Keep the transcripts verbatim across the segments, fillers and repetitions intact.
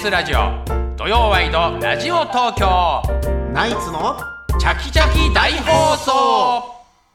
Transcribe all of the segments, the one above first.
ス ラジオ土曜ワイドラジオ東京ナイツのチャキチャキ大放送。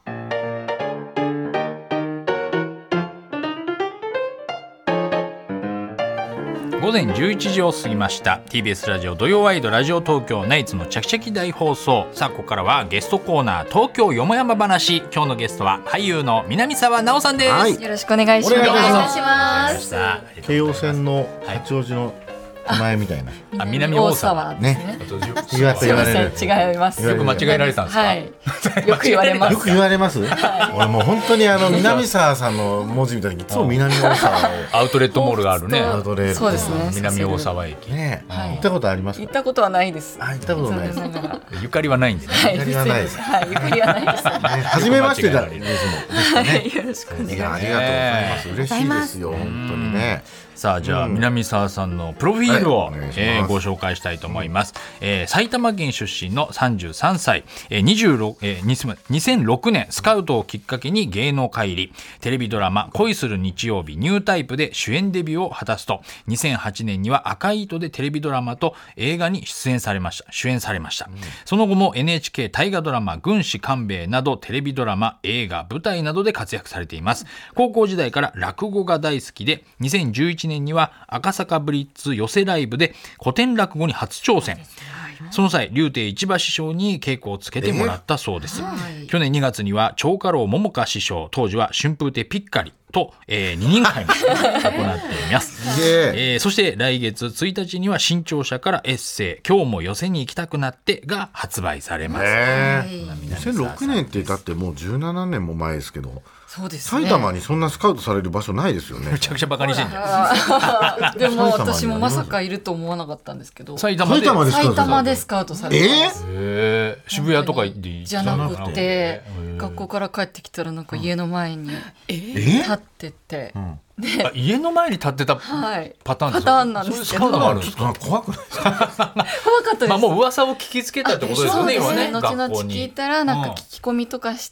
午前じゅういちじを過ぎました。 ティービーエス ラジオ土曜ワイドラジオ東京ナイツのチャキチャキ大放送。さあここからはゲストコーナー東京よもやま話。今日のゲストは俳優の南沢奈央さんです、 はい、 よろしくお願いします。 お願いします京王線の八王子の名前みたいな、 あ、南大沢ですね。 言われ言われる違います。 よく間違えられたんですか？ はい、よく言われます。 よく言われます、はい、俺もう本当にあの南沢さんの文字みたいにいつも南大沢をアウトレットモールがあるね。 アウトレット、 そうですね、 南大沢駅ね、 はい、 行ったことありますか？ 行ったことはないです。 あ、行ったことないです。 ゆかりはないんでね。 はい、 ゆかりはないです。 はい、ゆかりはないです。 初めましてだですもん。 はい、よろしくお願いします。 ありがとうございます。嬉しいですよ、本当にね。 さあじゃあ、うん、南沢さんのプロフィールを、 はい、 えー、ご紹介したいと思います、えー、埼玉県出身のさんじゅうさんさい、えーにじゅうろくえー、にせんろくねんスカウトをきっかけに芸能界入り、テレビドラマ恋する日曜日ニュータイプで主演デビューを果たすと、にせんはちねんには赤い糸でテレビドラマと映画に出演されました主演されました、うん、その後も エヌエイチケー 大河ドラマ軍師官兵衛などテレビドラマ映画舞台などで活躍されています。高校時代から落語が大好きで、にせんじゅういちねんには赤坂ブリッツ寄せライブで古典落語に初挑戦。その際柳亭市馬師匠に稽古をつけてもらったそうです、えー、去年にがつには長家老桃花師匠、当時は春風亭ピッカリと、えー、二人会も行っています、えー、そして来月ついたちには新潮社からエッセイ今日も寄せに行きたくなってが発売されます、 えー、にせんろくねんってだってもうじゅうななねんも前ですけど、 そうですね、 埼玉にそんなスカウトされる場所ないですよね。 めちゃくちゃバカにしてんじゃん。 でも私もまさかいると思わなかったんですけど、 埼玉で埼玉でスカウトされてます、 えー、渋谷とかでいいじゃなくて、学校から帰ってきたらなんか家の前に立ってて、うんであ家の前に立ってたパターン、はい、パターンなんですけど、 そういうスカウトがあるんですか？怖くないですか？ 怖かったです。 まあもう噂を聞きつけたってことですよね。 そうですね、 今ね、 後々聞いたらなんか聞き込みとかして、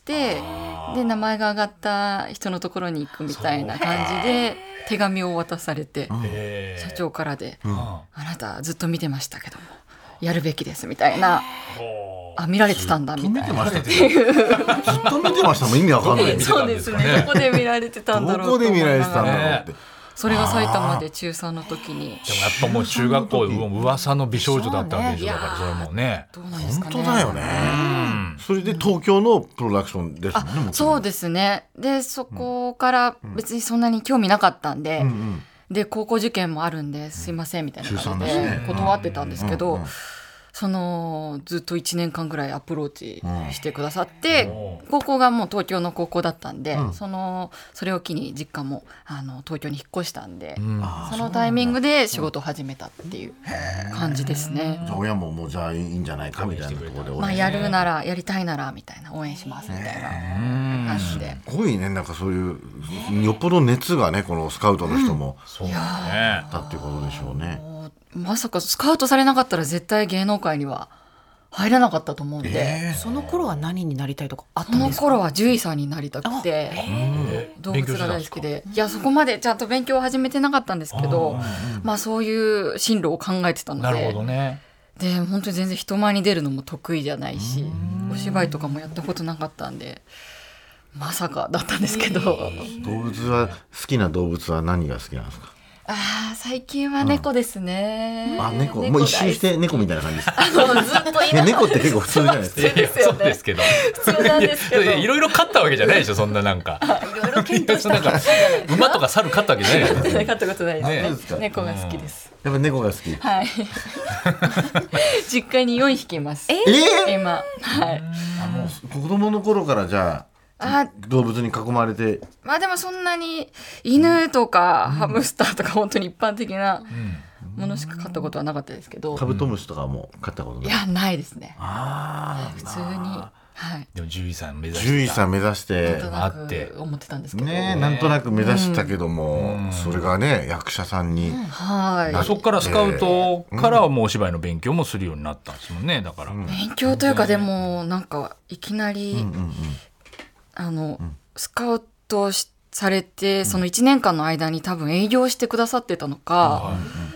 うん、で名前が上がった人のところに行くみたいな感じで手紙を渡されて、社長からで、うん、あなたずっと見てましたけどもやるべきですみたいな、あ見られてたんだみたいな、ずっと見てましたずっと見てましたもん意味わかんない。 そうですね、どこで見られてたんだろうと思いながら、 どこで見られてたんだろうって、 それが埼玉で中さんの時に。 でもやっぱもう中学校噂の美少女だったわけでしょ。だからそれもね、 どうなんですかね、 本当だよね、うん、それで東京のプロダクションですもんね、 うん、そうですね。でそこから別にそんなに興味なかったんで、うんうん、で高校受験もあるんですいませんみたいな感じで断ってたんですけど、うんうん、そのずっといちねんかんぐらいアプローチしてくださって、うん、高校がもう東京の高校だったんで、うん、そのそれを機に実家もあの東京に引っ越したんで、うん、そのタイミングで仕事を始めたっていう感じですね。 じゃあ親ももうじゃあいいんじゃないかみたいなところで応援、 まあ、やるならやりたいならみたいな応援しますみたいな感じで、 すごいね、なんかそういうよっぽど熱がねこのスカウトの人も、うん、 そうねだっていうことでしょうね。 まさかスカウトされなかったら絶対芸能界には入らなかったと思うんで、 えー、その頃は何になりたいとかあったんですか？ その頃は獣医さんになりたくて、えー、動物が大好きで、いやそこまでちゃんと勉強を始めてなかったんですけど、まあそういう進路を考えてたので、 なるほどね。 で本当に全然人前に出るのも得意じゃないし、お芝居とかもやったことなかったんでまさかだったんですけど、 動物は好きな動物は何が好きなんですか？ あ最近は猫ですね、 うん、あ 猫, 猫もう一周して猫みたいな感じですあのずっといね、猫って結構普通じゃないですか。 普通ですよね、 そうですけど普通なんですけどいろいろ飼ったわけじゃないでしょそんななんかいろいろ検討したなんか馬とか猿飼ったわけじゃないですよ飼ったことないですね。猫が好きです、 うん、やっぱ猫が好き。 はい実家によんひきいます。 えー、 今、はい、 あもう子供の頃からじゃああ動物に囲まれて、 まあでもそんなに犬とか、うん、ハムスターとか本当に一般的なものしか飼ったことはなかったですけど、 カブトムシとかも飼ったことない？ いやないですね。 あ普通に、はい、 でも獣医さん目指して獣医さん目指してなんとなく思ってたんですけどね、なんとなく目指したけども、うん、それがね役者さんに、うん、 はい、 そこからスカウトからはもうお芝居の勉強もするようになったんですもんね。だから、うん、 勉強というかでもなんかいきなり、うんうんうん、あの、うん、スカウトされてそのいちねんかんの間に多分営業してくださってたのか、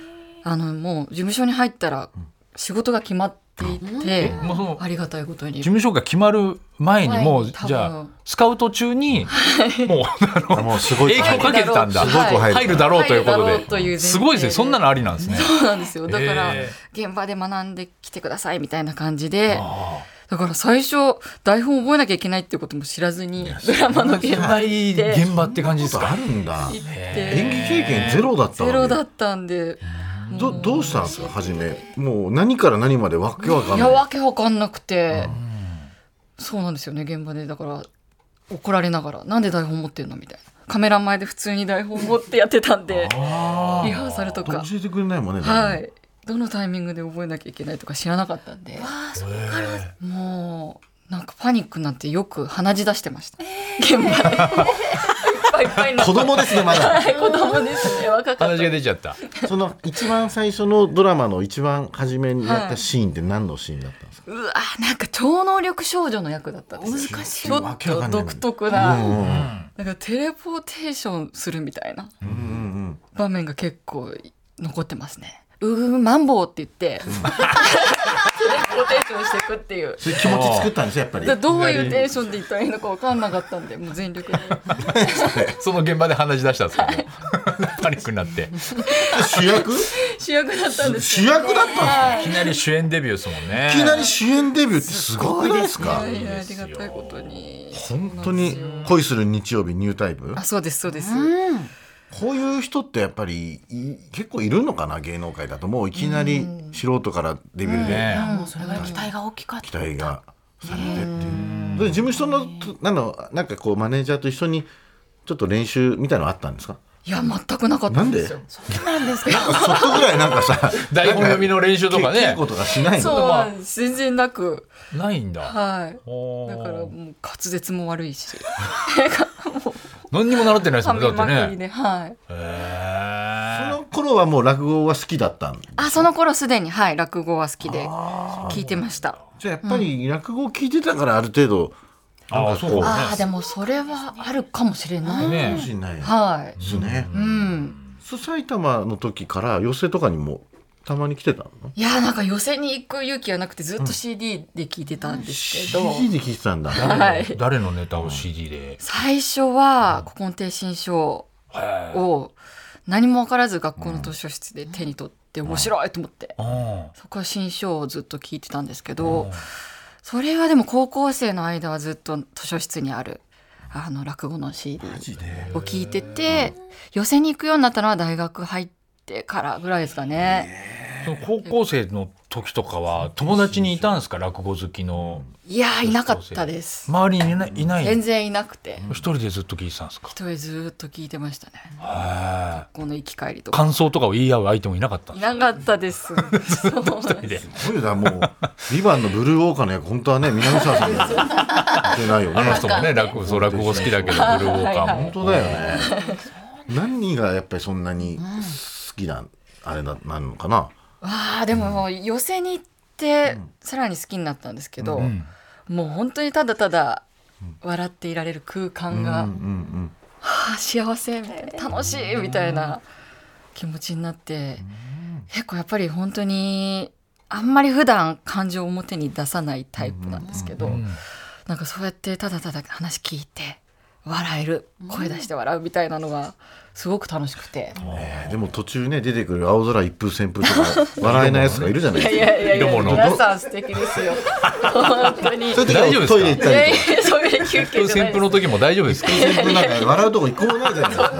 あのもう事務所に入ったら仕事が決まっていて、 えもうそのありがたいことに事務所が決まる前にもう前に多分じゃあスカウト中にもうあのもうすごい影響かけてたんだ。 すごく入る入るだろうということ入るだろうという前で提すごいですね。そんなのありなんですね。 そうなんですよ。だからへ現場で学んできてくださいみたいな感じで、だから最初台本覚えなきゃいけないっていうことも知らずにドラマの現場に行って現場って感じですかあ。るんだ。 行って演技経験ゼロだったのにゼロだったんで、 どどうしたんですか初め。もう何から何までわけわかんいやない。 わけわかんなくて、そうなんですよね。現場でだから怒られながらなんで台本持ってんのみたいな、カメラ前で普通に台本持ってやってたんでリハーサルとか教えてくれないもんね。 はいどのタイミングで覚えなきゃいけないとか知らなかったんで、 あそっからもうなんかパニックになってよく鼻血出してました、現場でいっぱいいっぱいになって子供ですねまだ。 はい子供ですね若かった話が出ちゃった。 その一番最初のドラマの一番初めにやったシーンって何のシーンだったんですか。 うわなんか超能力少女の役だったんですよ。 難しいちょっと独特な、 うんうんなんかテレポーテーションするみたいなうんうん場面が結構残ってますね。うーマンボウって言ってテレポーテーションしていくっていう、 それ気持ち作ったんですよやっぱり。 だどういうテンションで言ったらいいのか分かんなかったんでもう全力でその現場で話し出したんですか。パニックになって主役主役だったんです主役だったんですか。 いきなり主演デビューですもんね。 いきなり主演デビューってすごくないですか。 いやありがたいことに本当に恋する日曜日ニュータイプ。 あそうですそうです、 こういう人ってやっぱりい結構いるのかな芸能界だと。もういきなり素人からデビューでねもうそれぐらい期待が大きかった。 期待がされてっていう。それ事務所のなんのなんかこうマネージャーと一緒にちょっと練習みたいなのあったんですか。 いや全くなかったなんでんですよ。 そうなんですか。 ちょっとぐらいなんかさ台本読みの練習とかね稽古とかしないの。 そうなんです全然なく、 ないんだ。 はいおーだからもう滑舌も悪いし何にも習ってないですもんね。だ噛みまくってね。 りで、はいそへの頃はもう落語は好きだったん。 あその頃すでにはい落語は好きで聞いてました。 じゃあやっぱり落語を聞いてたからある程度ああ、そうかもね。 ああでもそれはあるかもしれない、 ねかもしれないではいすね。 うんそう埼玉の時から寄席とかにもたまに来てたの。 いやなんか寄席に行く勇気はなくてずっと シーディー で聞いてたんですけど、 シーディー で聞いてたんだ。 はい誰のネタを シーディー で。 最初は古今亭新書を何も分からず学校の図書室で手に取って面白いと思って、 あそこは新書をずっと聞いてたんですけど、それはでも高校生の間はずっと図書室にあるあの落語の シーディー を聞いてて、寄席に行くようになったのは大学入ってからぐらいですかね。 その高校生の時とかは友達にいたんですか、落語好きの。 いやーいなかったです。 周りにいないいない。 全然いなくて一人でずっと聞いてたんですか。 一人ずっと聞いてましたね。 へこの行き帰りとか感想とかを言い合う相手もいなかったんいですなかったですそう一人で。 そういうだもうビバンのブルーウォーカーの役本当はね南沢さんが似てないよね。 あの人もね落語そう落語好きだけどブルーウォーカーも。 本当だよね。何がやっぱりそんなに好きなあれななんのかな。 わあでも寄席に行ってさらに好きになったんですけど、 うんもう本当にただただ笑っていられる空間が、 うんうんはあ幸せみたいな楽しいみたいな気持ちになって、結構やっぱり本当にあんまり普段感情を表に出さないタイプなんですけど、 うんなんかそうやってただただ話聞いて笑える声出して笑うみたいなのがすごく楽しくて、 えーでも途中ね出てくる青空一風旋風とか笑えないやつがいるじゃないですか。 いやい色物皆さん素敵ですよ本当に。 そういう時大丈夫ですかはトイレ行ったいやりとか。 いやそういう休憩じゃない旋風の時も大丈夫ですか。 旋風なんか笑うとこ一個もないじゃないですか。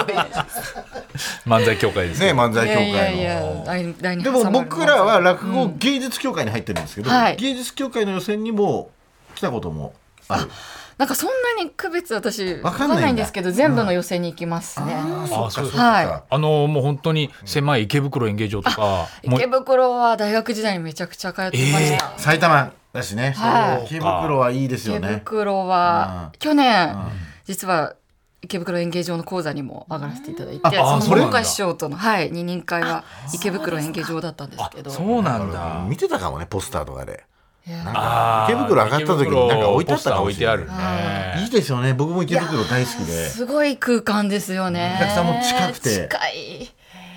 漫才協会ですね漫才協いやいやい会やの。 第第二でも僕らは落語芸術協会に入ってるんですけど、 はい芸術協会の予選にも来たこともある。 なんかそんなに区別私わかわかんないんだんないんですけど全部の寄席に行きますね。 あそうですはあのもう本当に狭い池袋演芸場とかもう池袋は大学時代にめちゃくちゃ通ってました。 埼玉だしね。 はい池袋はいいですよ池ね。 袋は去年実は池袋演芸場の講座にも上がらせていただいて、 あそそうなんだの大岡師匠とのはい二人会は池袋演芸場だったんですけど、 そうなんだ。 見てたかもねポスターとかで。 いやなんか池袋上がった時になんか置いてあったかもしれない。 ポスター置いてあるね。 いいですよね。僕も池袋大好きで。 すごい空間ですよね。 お客さんも近くて近い。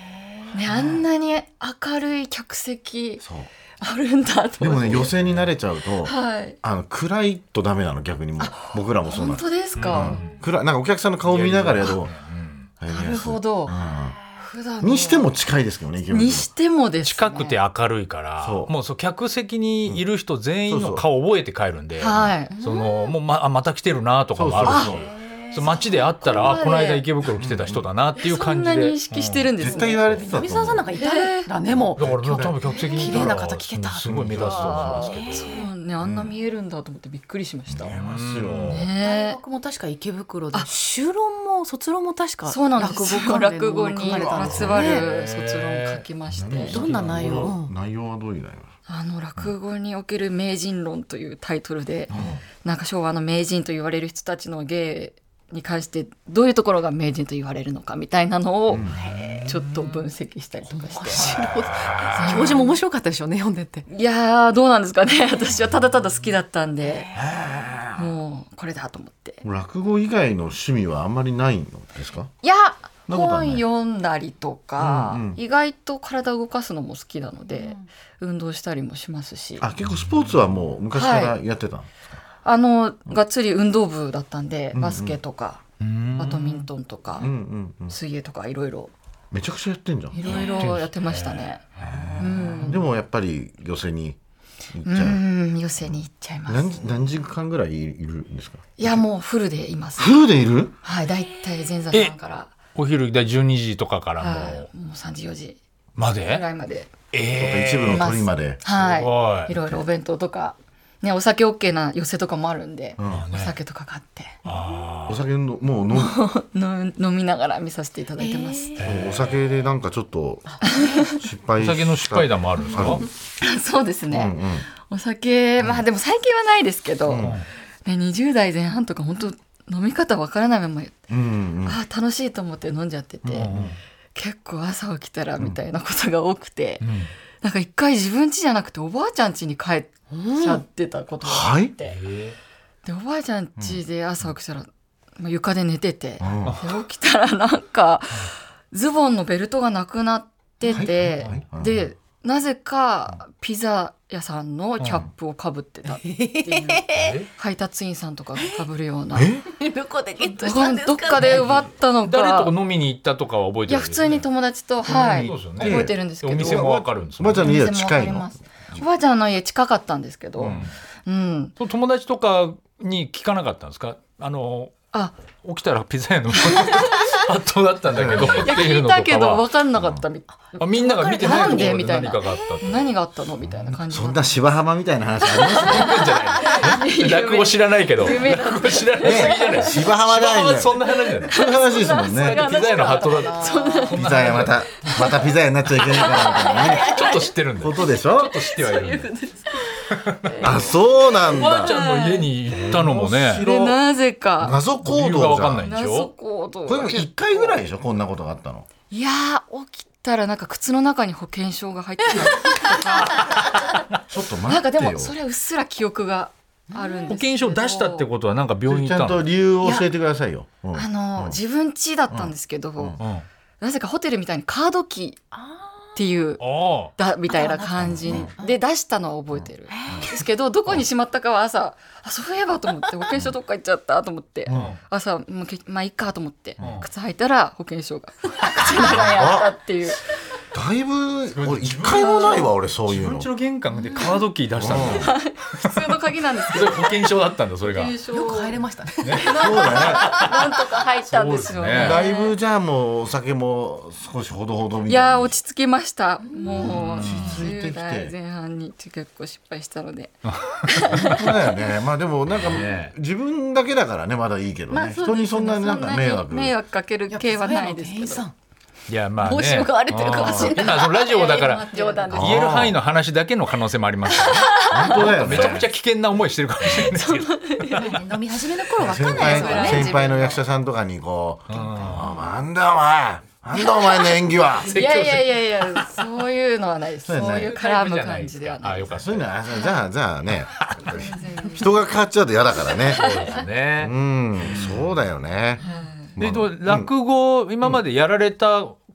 ね、あんなに明るい客席そうあるんだと思って。 でもね寄席に慣れちゃうと、 はい。 あの暗いとダメなの逆にもう僕らもそうなんです。 本当ですか。 暗いなんかお客さんの顔見ながらやるとなるほど。 う普段んにしても近いですけどね池袋にしてもです、ね。 近くて明るいからそうもうそう客席にいる人全員のうんそうそう顔覚えて帰るんで、 はい。 そのもう ま, あまた来てるなとかもあるしそうそうそう街で会ったらあそこまでこの間池袋来てた人だなっていうそ感じでんなに意識してるんですね。 絶対言われてたと思う。 南沢さんなんかいたらねもうだから多分客席にいたら綺麗な方聞けたすごい目立つと思いますけど、 そうね、あんな見えるんだと思ってびっくりしました。 見えますよ。 大ね学も確か池袋で修論も卒論も確かそうなんですよ。 関連落語のもの書にまかれたんですつわよねる卒論を書きまして、 どんな内容うん内容はどういう内容？ あの落語における名人論というタイトルで、なんか昭和の名人と言われる人たちの芸に関してどういうところが名人と言われるのかみたいなのをちょっと分析したりとかして、 教授も面白かったでしょうね読んでて。 いやーどうなんですかね。私はただただ好きだったんで、もうこれだと思って。 落語以外の趣味はあんまりないのですか？ いやそんなことはない本読んだりとか、 うんうん意外と体を動かすのも好きなので、運動したりもしますし、 あ結構スポーツはもう昔からやってたの？ あのがっつり運動部だったんで、 うんバスケとか、バドミントンとか、 うんうんうん。 水泳とかいろいろめちゃくちゃやってんじゃん。 いろいろやってましたね。うんでもやっぱり寄席に行っうちゃう。 ん寄せに行っちゃいます。 何何時間ぐらいいるんですか？ いやもうフルでいます。 フルでいる？ はい、だいたい前座さんから、 お昼でじゅうにじとかからもはいうもうさんじよじまぐらでいまで、 え一部の鳥まで。 すごはいい、いろいろお弁当とかね、お酒 OK な寄せとかもあるんで、 うんお酒とか買ってお酒のもう飲むの飲みながら見させていただいてます。 お酒でなんかちょっと失敗したお酒の失敗談もあるんですか？ そうですね、 うんうんお酒まあでも最近はないですけど、ね、にじゅう代前半とか本当飲み方わからないまま、 うんうん。 あ楽しいと思って飲んじゃってて、結構朝起きたらみたいなことが多くて、なんか一回自分家じゃなくておばあちゃん家に帰っちゃってたことがあって、でおばあちゃん家で朝起きたら、まあ、床で寝てて、で起きたらなんかズボンのベルトがなくなってて、 はいはいはいでなぜかピザ屋さんのキャップをかぶってたっていう、配達員さんとかがかぶるような、 どこでゲットわしたんですかかんどっかで奪ったの誰とかか飲みに行ったとかは覚えてるんですよね。 いや普通に友達と、はいそうですよね覚えてるんですけど、 お店もわかるんですもんね。 おばあちゃんの家は近いのお店もわかりま？す。おばあちゃんの家近かったんですけど、 うんうん、 そう友達とかに聞かなかったんですか？あのあ起きたらピザ屋の発当だったんだけどっいやていうの聞いたけとかはど分かんなかったみ、 あみんなが見てないところでなんでみたいな何かがあったって何があったのみたいな感じそんな芝浜みたいな話ありますね。 落語知らないけど夢落語知らないすぎじゃない芝浜芝浜大そんな話じゃないそういう話ですもんね。 ピザ屋の発当だったピザ屋またまたピザ屋になっちゃいけないからみたいなねちょっと知ってるんだよことでしょ？ 知ってはいるんだよあそうなんおばあちだ。 ゃんの家に行ったのもねでなぜか謎行理由が動じゃん。 わかんないんでし謎ょ。 行動これも一回ぐらいでしょ？こんなことがあったの。 いやー起きたらなんか靴の中に保険証が入ってたちょっとなんか待ってよ。 でもそれはうっすら記憶があるんですけど、 保険証出したってことはなんか病院ちゃんと行ったの？ 理由を教えてくださいよ。うんあの、自分家だったんですけど、 うんなぜかホテルみたいにカードキーっていうあだみたいな感じで出したのは覚えてる、ですけどどこにしまったかは朝あそういえばと思って保険証どっか行っちゃったと思って、朝もうけまあいいかと思って、靴履いたら保険証が靴の中にあったっていう。 だいぶ俺一回もないわ俺そういうの自分家。の玄関でカードキー出したんだ普通の鍵なんですけどそれ保険証だったんだそれが保険証よく入れましたね。 そうだね。 なんとか入ったんですよね。 そうですねだいぶじゃあもうお酒も少しほどほどみたいな。 いやー落ち着きました。もう着いてきてじゅう代前半に結構失敗したので。 本当だよね。まあでもなんかね自分だけだからねまだいいけどね。人にそんなになんか迷惑。 迷惑かける系はないですけど。 いやまあね帽子も買われてるかもしれない今そのラジオだから冗談です。 言える範囲の話だけの可能性もありますからね本当だよね。 めちゃくちゃ危険な思いしてるかもしれないですけど飲み始めの頃わか先んないですから輩ね。 先輩の役者さんとかにこう、なんだお前なんだお前の演技は。 いやいやいやいやそういうのはないです。そうそうだねいう絡む感じではない。 あよかったそういうのはじゃあじゃあね人が変わっちゃうと嫌だからね。 そうですねうんそうだよね。 で落語今までやられた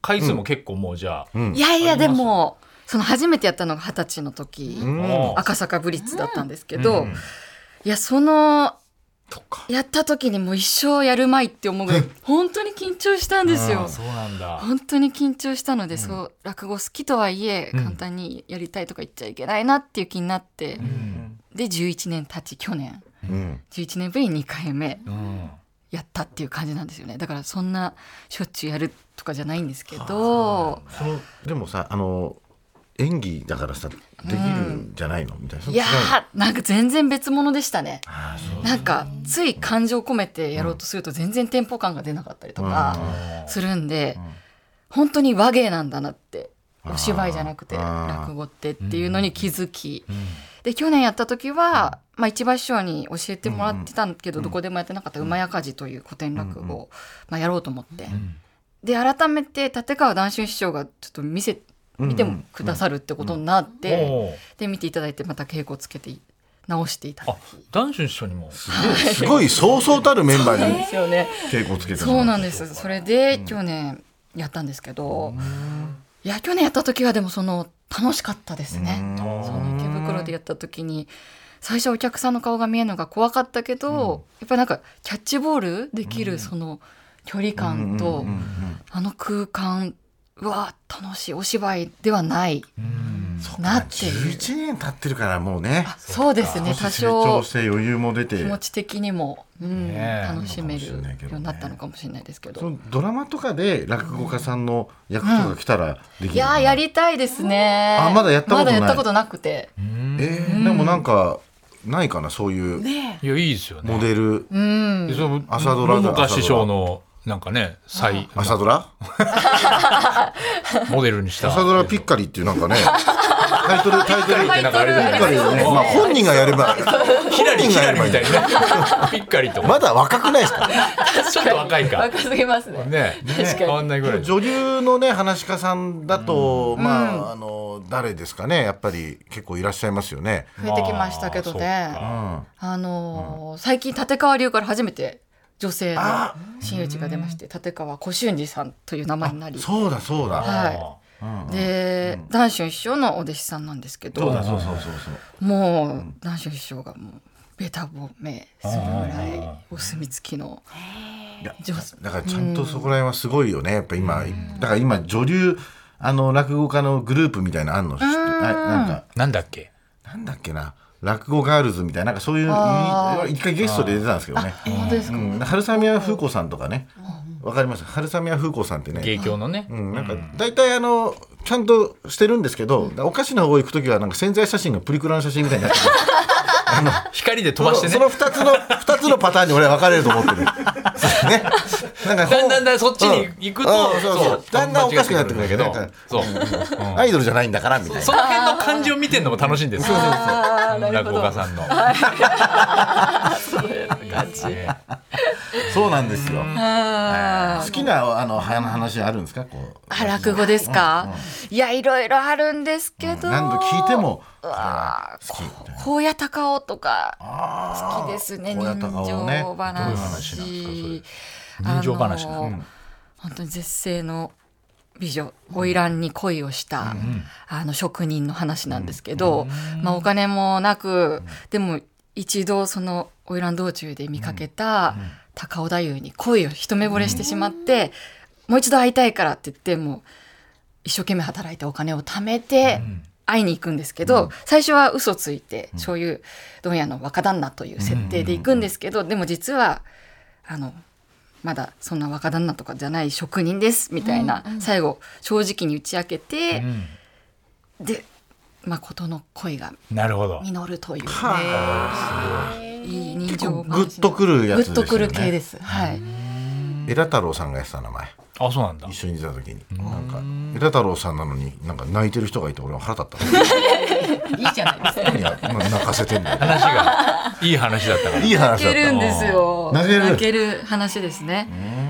回数も結構もうじゃあ、 いやいやでもその初めてやったのが二十歳の時、 うん赤坂ブリッツだったんですけど、いやそのやった時にもう一生やるまいって思うぐらい本当に緊張したんですよ。 そうなんだ。 本当に緊張したので、そう落語好きとはいえ簡単にやりたいとか言っちゃいけないなっていう気になって、でじゅういちねん経ち去年、じゅういちねんぶりににかいめやったっていう感じなんですよね。だからそんなしょっちゅうやるとかじゃないんですけど、 そのでもさ、あの演技だからさできるんじゃないの、みたいな。 いやーなんか全然別物でしたね。なんかつい感情込めてやろうとすると全然テンポ感が出なかったりとかするんで、本当に話芸なんだなって、お芝居じゃなくて落語ってっていうのに気づき、で去年やった時は、まあ、一番師匠に教えてもらってたんけど、どこでもやってなかった馬やかじという古典落語を、まあ、やろうと思って、で改めて立川談春師匠がちょっと見せ見てもくださるってことになって、で見ていただいてまた稽古をつけて直していただき、 談春師匠にもすごいそうそうたるメンバーにですよね。 稽古をつけてそうなんです。それで去年やったんですけど、いや去年やった時はでもその楽しかったですね。その池袋でやった時に最初お客さんの顔が見えるのが怖かったけど、やっぱりなんかキャッチボールできるその距離感とあの空間、うわ楽しいお芝居ではないなっていう。 じゅういちねん経ってるからもうね、 そうですね、多少成長して余裕も出て気持ち的にも、うん、 ね楽しめるようになったのかもしれないですけど、 そのドラマとかで落語家さんの役とか来たらできるのかな。 いやーやりたいですね。 あまだやったことない。 まだやったことなくて、 えー、でもなんかないかな、そういうね、 いやいいですよね。 モデル、 うんでその朝ドラだ桃花師匠のなんかね最朝ドラモデルにした朝ドラピッカリっていうなんかねタイトルタイトルってなんかあれじゃないピッカリね、まあ本人がやればヒラリヒラリみたいいなねピッカリとかまだ若くないですかちょっと若いか若すぎますね。 ね変わんないぐらい。 女流のね話し家さんだと、まああの誰ですかね、やっぱり結構いらっしゃいますよね。 増えてきましたけどね。 まあのー最近立川流から初めて女性の真打ちが出まして、立川小春寺さんという名前になり、 そうだそうだ、 はい、で談春師匠のお弟子さんなんですけど、 そうだそうそうそうそうもう談春師匠がもうべた褒めするぐらいお墨付きのいや女だからちゃんとそこら辺はすごいよね、やっぱ今だから今女流あの落語家のグループみたいなのあんの知って、あなんかなんだっけなんだっけな、落語ガールズみたいな、なんかそういうあ一回ゲストで出てたんですけどね。 本当ですか。 うん、春雨宮風子さんとかね、わかります。春雨宮風子さんってね、 芸協のね、 うん、なんか大体あのちゃんとしてるんですけど、おかしな方行くときはなんか宣材写真がプリクラの写真みたいになってるあの光で飛ばしてねその二つの二つのパターンに俺は分かれると思ってる。そうね。なんかだんだんだんそっちに行くと、 うんそうそうだんだんおかしくなってくるんだけど、 間違ってくるんだけどそう、うんアイドルじゃないんだからみたいな。 その辺の感じを見てるのも楽しいんですよ。 あーなる落ほど語家さんの。 そういう感じ。 そうなんですよ。 あ好きなあの話あるんですか、こう。 あ落語ですか。いやいろいろあるんですけど、 何度聞いてもうわー好きみたいな。 高野高尾とかあ好きですね。 高人野高尾ね情話。 どういう話なんです人情話なのあの本当に絶世の美女花魁に恋をした、あの職人の話なんですけど、まあ、お金もなく、でも一度その花魁道中で見かけた高尾太夫に恋を一目惚れしてしまって、もう一度会いたいからって言ってもう一生懸命働いてお金を貯めて会いに行くんですけど、最初は嘘ついてそういう問屋の若旦那という設定で行くんですけど、でも実はあのまだそんな若旦那とかじゃない職人ですみたいな、最後正直に打ち明けて、で誠の恋がなるほど。 実るというね、いい人結構情話グッとくるやつですよね。 グッとくる系です。はい。 エラ太郎さんがやってた名前。 あ、そうなんだ。 一緒に出た時になんかエラ太郎さんなのになんか泣いてる人がいて俺は腹立った。 いいじゃないですか。 いやまあ泣かせてんだよ。 話がいい話だったから。 いい話だった。 泣けるんですよ。 泣ける泣ける話ですね。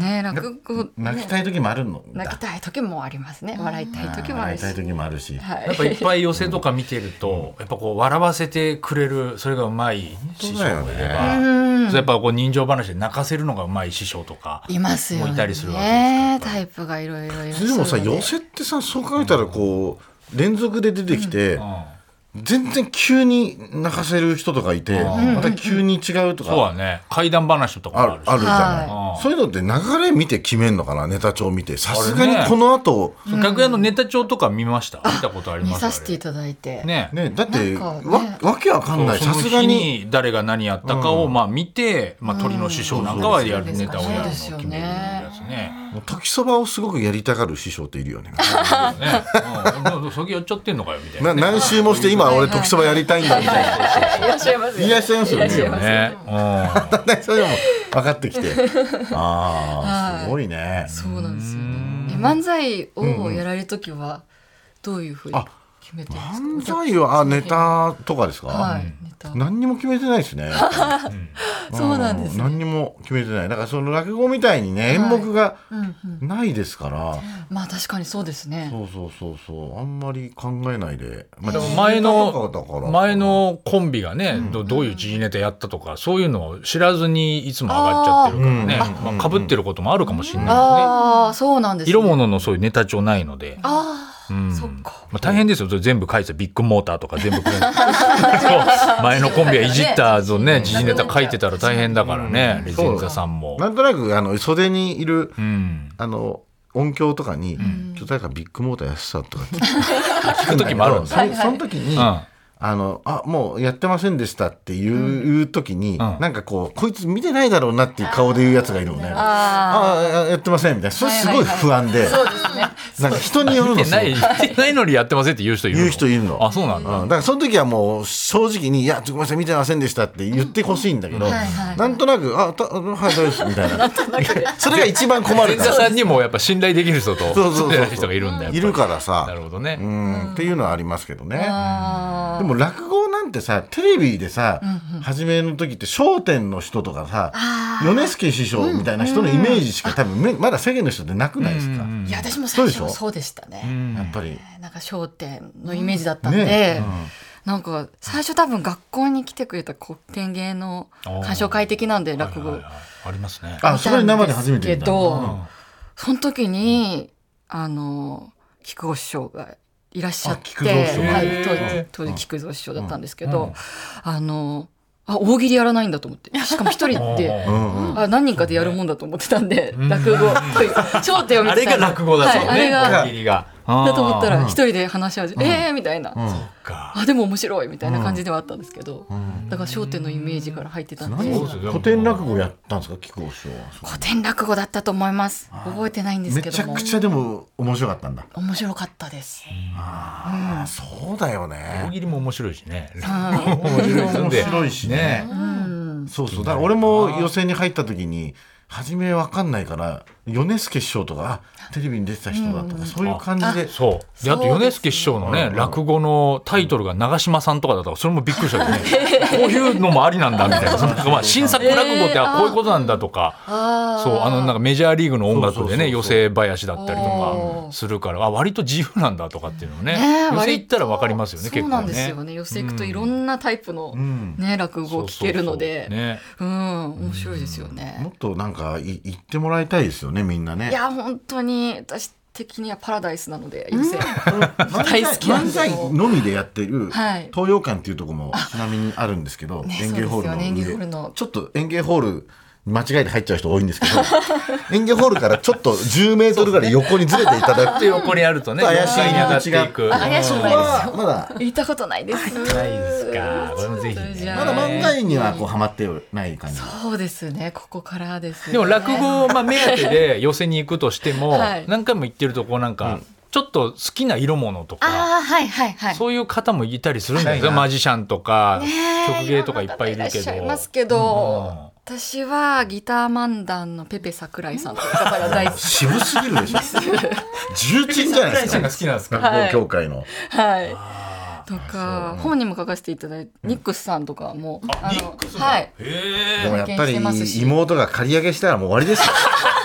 ね落語泣きたい時もあるの泣きたい時もありますね。笑いたい時もあるし、 笑いたい時もあるし、 はい、 やっぱいっぱい寄席とか見てると、やっぱこう笑わせてくれる、それがうまい師匠もいれば、 うんやっぱこう人情話で泣かせるのがうまい師匠とかいますよね。 もいたりするわけですか。 タイプがいろいろいらっしゃるでもさので寄席ってさ、そう考えたらこう連続で出てきて、 うん全然急に泣かせる人とかいて、 うんまた急に違うとそうかはね、怪談話とかもあるしあるあるじゃない、 はいそういうのって流れ見て決めんのかな、ネタ帳見て。さすがにこの後、 楽屋のネタ帳とか見ました、見たことあり見ますさせていただいて、 ねね、だってなんかねわわけわかんない。 そうその日さすがにに誰が何やったかをまあ見て、まあ、鳥の師匠なんかはやるネタをやるのを決めるやつね。 もう時そばをすごくやりたがる師匠っているよね。 ねうん、それやっちゃってんのかよみたいな。 な何周もして今俺時そばやりたいんだみたいな。 いらっしゃいますよいらっしゃいますよね。 いらっしゃいますね、うんそれでも分かってきて、ああすごいね。 そうなんですよね。え漫才をやられるときはどういうふうにあ決めてるんですか。 漫才はあネタとかですか、 はい、ネタ何にも決めてないですね。 そうなんですね。 何にも決めてない。だからその落語みたいにね、演目がうんうん、 ないですから、 まあ確かにそうですね。 そうそうそうそう、あんまり考えないで、まあでも前の時事とかだから前のコンビがね、どどういう時事ネタやったとかそういうのを知らずにいつも上がっちゃってるからね、 うんまあ、被ってることもあるかもしれないですね。 ああそうなんですね。 色物のそういうネタ帳ないので。 ああ、 うんそっか。 まあ、大変ですよ、それ全部書いてビッグモーターとか全部そう前のコンビはいじったぞね、時事ネタ書いてたら大変だからね、レジェンザさんも。 なんとなくあの袖にいる、 うんあの音響とかに、ちょっと誰かビッグモーターやってたとかって聞く時もあるんそだ。 その時に、 うんあのあもうやってませんでしたっていう時に、 んなんかこうこいつ見てないだろうなっていう顔で言うやつがいるのね。 あああやってませんみたいな。それすごい不安で、 そうですね。 なんか人によるの見てない、見てないのにやってませんって言う人いるの。 言う人いるの。 あ、そうなんだ。 うん、だからその時はもう正直に「いやごめんなさい見てませんでした」って言ってほしいんだけど、 はいはいなんとなく「あたはい大丈夫です」みたいなそれが一番困るからレンザさんにもやっぱ信頼できる人とそうそうそう信頼できる人がいるんだよ。 いるからさなるほどね。 うんっていうのはありますけどね。 あでも落語なんてさテレビでさ、初めの時って『笑点』の人とかさ米助師匠みたいな人のイメージしか多分めまだ世間の人ってなくないですか、 ーいや私も最そうでしょ初はそうでしたね。 やっぱり。 なんか笑点のイメージだったんで、 ねなんか最初多分学校に来てくれた古典芸の鑑賞会的なんで落語はいはいはいありますね。 あそこで生で初めて見たけど、 うんその時にあの菊五師匠がいらっしゃって、 あ菊蔵師匠はい、 へー当時当時菊蔵師匠だったんですけど、あのあ大喜利やらないんだと思って、しかも一人でうんうんあ何人かでやるもんだと思ってたんで、落語という笑点を見あれがてたら落語だそうね。 はい、あれが大喜利が。 だと思ったうんら一人で話し始め、えーみたいな、 かあでも面白いみたいな感じではあったんですけど、だから笑点のイメージから入ってたんで、 そうですよ古典落語やったんですか菊五師匠は。 古典落語だったと思います。覚えてないんですめけどもちゃくちゃでも面白かったんだ。 面白かったです。 あそうだよね大。喜利も面白いしね。 は面白いですんで面白いしね。 うんそうそう。だから俺も予選に入った時に初めわかんないから米助師匠とかあテレビに出てた人だとかそういう感じで。 そう。であと米助師匠のね、落語のタイトルが長嶋さんとかだったらそれもびっくりしたけどね。こういうのもありなんだみたいな。そのなんかまあ新作落語ってあこういうことなんだとか。 あーそうあのなんかメジャーリーグの音楽でねそうそうそうそう寄せ林だったりとおーかするからあ割と自由なんだとかっていうのをねねえ寄せ行ったら分かりますよね結構ね。 そうなんですよね。寄せ行くといろんなタイプの、 んね落語を聞けるので、 そうそうそうねうん面白いですよもね。 っとなんかい言ってもらいたいですよねみんなね。 いや本当に私的にはパラダイスなので寄せ大好きなんで漫才のみでやってるはい東洋館っていうところもちなみにあるんですけど、 ね演芸ホールのそうですよね演芸ホー上ルのちょっと演芸ホール間違えて入っちゃう人多いんですけど演芸ホールからちょっとじゅうメートルぐらい横にずれていただくで横にあるとね怪しい上に上がっていく。 あ怪しくないですよ。 まだ行ったことないです。 ないですか。これもぜひねじゃあまだ漫才にはこうハマってない感じ。 そうですねここからです、ね。 でも落語、まあ、目当てで寄せに行くとしても、 はい何回も行ってるとこうなんか、ちょっと好きな色物とかああはいはいはい。 そういう方もいたりするんだよはいねマジシャンとか、 ねえ曲芸とかいっぱいいるけろんな方らっしゃいどますけど、私はギター漫談のペペ桜井さんという方が大好き。 渋すぎるでしょ重鎮じゃないですか好きなんですか。 落語協会の。 はい。とか本にも書かせていただいて、ニックスさんとかもあのはいへでもやっぱり拝見してますし妹が借り上げしたらもう終わりですよ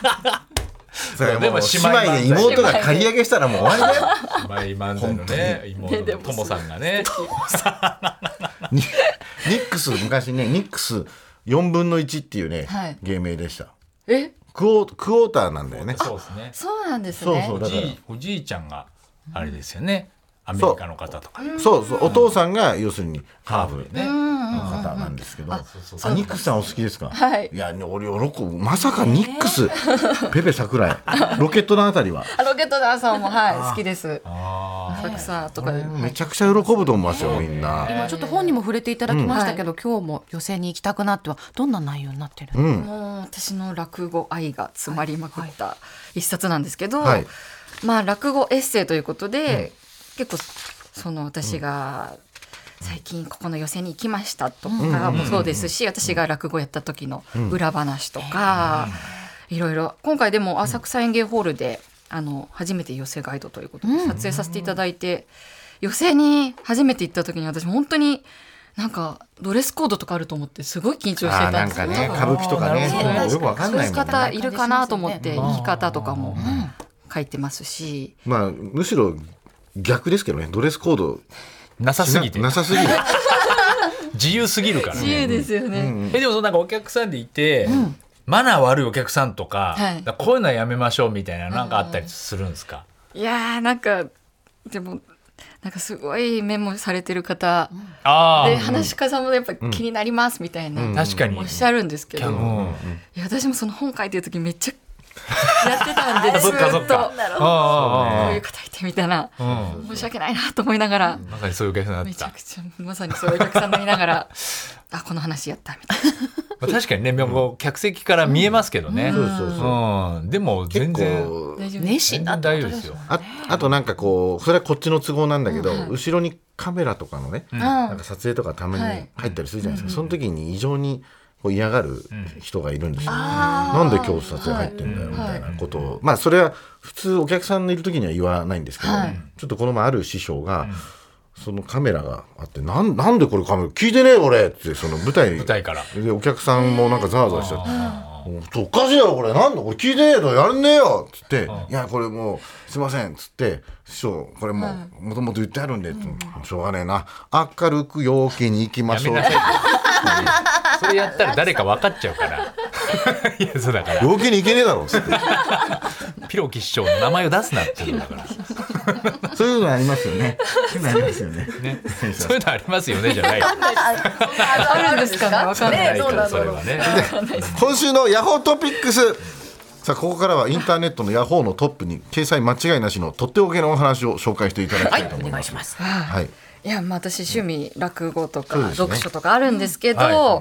それもうでも姉妹で妹が借り上げしたらもう終わりだよ。 姉妹漫才のね妹のともさんがねニニックス昔ねニックスよんぶんのいちっていうね、 はい、 芸名でした。 えクォークォーターなんだよね。 そうですね。 そうなんですね。 ね。 そうそうだからおじいおじいちゃんがあれですよね。アメリカの方とか。 そうそうお父さんが要するにハーフねの方なんですけど、あニックスさんお好きですか？ はい。 いや俺喜ぶまさかニックスペペ桜井ロケットのあたりは。 ロケットダンサーもはい好きです。浅草とかでめちゃくちゃ喜ぶと思いますよみんな。 今ちょっと本にも触れていただきましたけど、今日も寄席に行きたくなってはどんな内容になってるの？ もう私の落語愛が詰まりまくった一冊なんですけど、 はい、 まあ落語エッセイということで、うん、結構その私が最近ここの寄席に行きましたとかもそうですし、私が落語やった時の裏話とか、いろいろ今回でも浅草演芸ホールであの初めて寄席ガイドということで撮影させていただいて、寄席に初めて行った時に私本当になんかドレスコードとかあると思ってすごい緊張してたんですよ。 なんかね歌舞伎とかねよくわかんないもんね。 そういう方いるかなと思って生き方とかも書いてますし、 まあむしろ逆ですけどね、ドレスコードなさすぎてなさすぎる自由すぎるからね。 自由ですよね、うんうん、 えでもそのなんかお客さんでいて、うん、マナー悪いお客さんとか、はい、こういうのはやめましょうみたいななんかあったりするんですか？ いやーなんかでもなんかすごいメモされてる方、うん、で話し家さんもやっぱ気になりますみたいな、うん、確かにおっしゃるんですけど、うん、いや私もその本書いてる時めっちゃやってたんでずっとこういう方いてみたいな、うん、申し訳ないなと思いながら、 まさにそういうお客さんだった。 めちゃくちゃまさにそういうお客さんになりながらあこの話やったみたいなまあ確かにね、もう客席から見えますけどね、うんそうそうそう、うん、でも全然熱心だった大丈夫ですよ。 あ, あとなんかこうそれはこっちの都合なんだけど、うん、後ろにカメラとかのね、うん、なんか撮影とかたまに入ったりするじゃないですか、はい、その時に異常にこう嫌がる人がいるんですよ、うん、なんで今日撮影入ってんだよみたいなことを、はい、まあそれは普通お客さんのいる時には言わないんですけど、はい、ちょっとこの前ある師匠が、うん、そのカメラがあってな ん, なんでこれカメラ聞いてねえ俺ってその舞台に舞台からでお客さんもなんかざわざわしちゃっておかしいだろこれなんだこれ聞いてねえとやんねえよっつっていやこれもうすいませんっつって師匠これももともと言ってあるんで、うん、しょうがねえな明るく陽気に行きましょうやめなさいそれやったら誰か分かっちゃうからいやそうだから陽気に行けねえだろっつってピロキ師匠の名前を出すなっていうのだからそういうのありますよねそういうのありますよねねそういうのありますよねじゃないあるんですかね分かんないからそれはね今週のヤホートピックスさあここからはインターネットのヤホーのトップに掲載間違いなしのとっておきのお話を紹介していただきたいと思います、 はい、お願いします、 はい、 いや、まあ、私趣味落語とか読書とかあるんですけど、うんはい、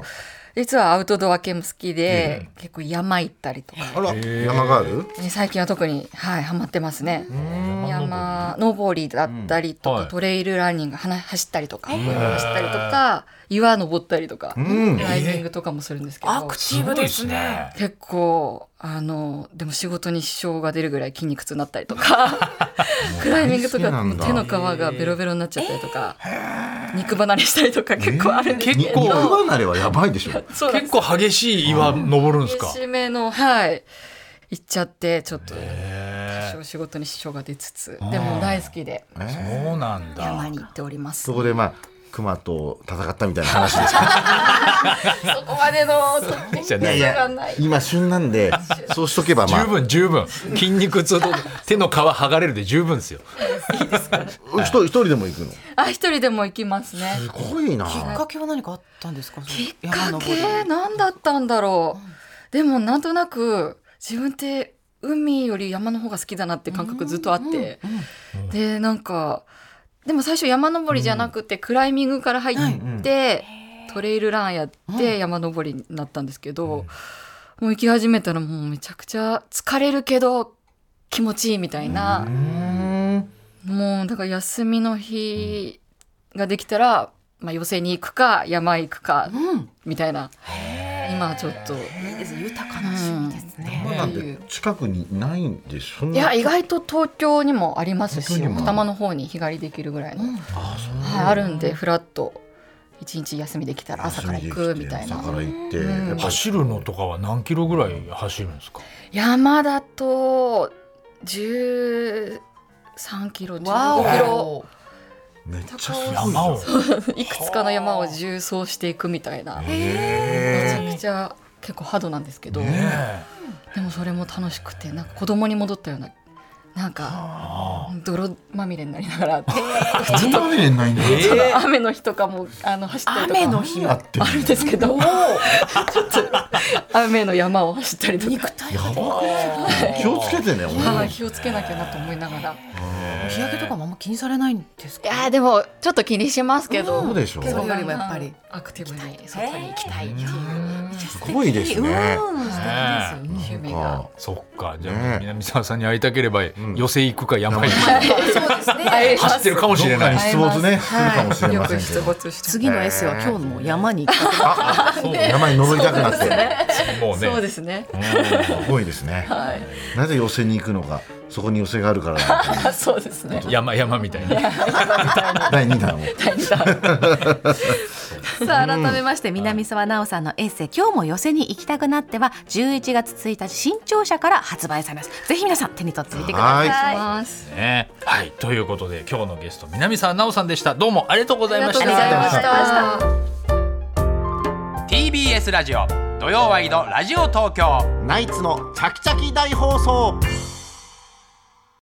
実はアウトドア系も好きで、うん、結構山行ったりとかあら山がある最近は特に、はい、ハマってますね。山登りだったりとか、うんはい、トレイルランニング走ったりとか走ったりとか岩登ったりとか、うん、クライミングとかもするんですけど、 アクティブですね。 結構あのでも仕事に支障が出るぐらい筋肉痛になったりとかクライミングとか手の皮がベロベロになっちゃったりとか肉離れしたりとか結構あるんですけど、 肉離れはやばいでしょ結構激しい岩登るんですか？ 激しめのはい行っちゃってちょっと多少仕事に支障が出つつでも大好きでそうなんだ山に行っております。 そこでまあ熊と戦ったみたいな話ですかそこまでのトピックがない。 今旬なんでそうしとけばまあ十分十分筋肉痛と手の皮剥がれるで十分ですよいいですか一人でも行くの？ あ一人でも行きますね。 すごいな。 きっかけは何かあったんですか？ きっかけ何だったんだろう、うん、でもなんとなく自分って海より山の方が好きだなって感覚ずっとあって、うんうんうん、でなんかでも最初山登りじゃなくてクライミングから入って、うん、トレイルランやって山登りになったんですけど、うん、もう行き始めたらもうめちゃくちゃ疲れるけど気持ちいいみたいな、うん、もうだから休みの日ができたら、まあ、寄席に行くか山行くか、うん、みたいな今ちょっと豊かな趣味ですね、 うん、なんで近くにないんでそんな。 いや意外と東京にもありますし奥多摩の方に日帰りできるぐらいの、うん、あ, そう、はい、あるんでフラッと一日休みできたら朝から行くみたいな。 朝から行って、 うんやっぱ走るのとかは何キロぐらい走るんですか？ 山だとじゅうさんキロ、じゅうごキロ、 めっちゃすごい山をいくつかの山を縦走していくみたいな。めへちゃくちゃ結構ハードなんですけど、 ねでもそれも楽しくて、なんか子供に戻ったような、なんか泥まみれになりながら、 えまみれないんだよその雨の日とかもあの走ったりとか雨の日もあってあるんですけど、ちょっと雨の山を走ったりとか、 肉体やば気をつけてね本当にはい気をつけなきゃなと思いながら。 日焼けとかもあんま気にされないんですか？ いやーでもちょっと気にしますけど、 そうでしょそれよりもやっぱりアクティブに外に行きたいっていうすごいですねうん素敵ですよ。 趣味が。 そっか。じゃあ、 ね南沢さんに会いたければ、寄せ行くか山行く山かそうですね。 走ってるかもしれない。 どっかに出没ねするかもしれよく出ませんけど、 没して。 次の S は今日のもう山に行きたくなっあそう山に登りたくなってもうね。 そうですね。 すごいですね、 はい。 なぜ寄せに行くのか、そこに寄せがあるからなんていうそうですね。 山山みたいに。 だいにだんをさあ改めまして南沢奈央さんのエッセイ今日も寄せに行きたくなってはじゅういちがつついたち新潮社から発売されます。ぜひ皆さん手に取ってみてください。 はいます。 ね、はいということで今日のゲスト南沢奈央さんでした。どうもありがとうございました。 ありがとうございましたティービーエス ラジオ土曜ワイドラジオ東京。 ナイツのチャキチャキ大放送。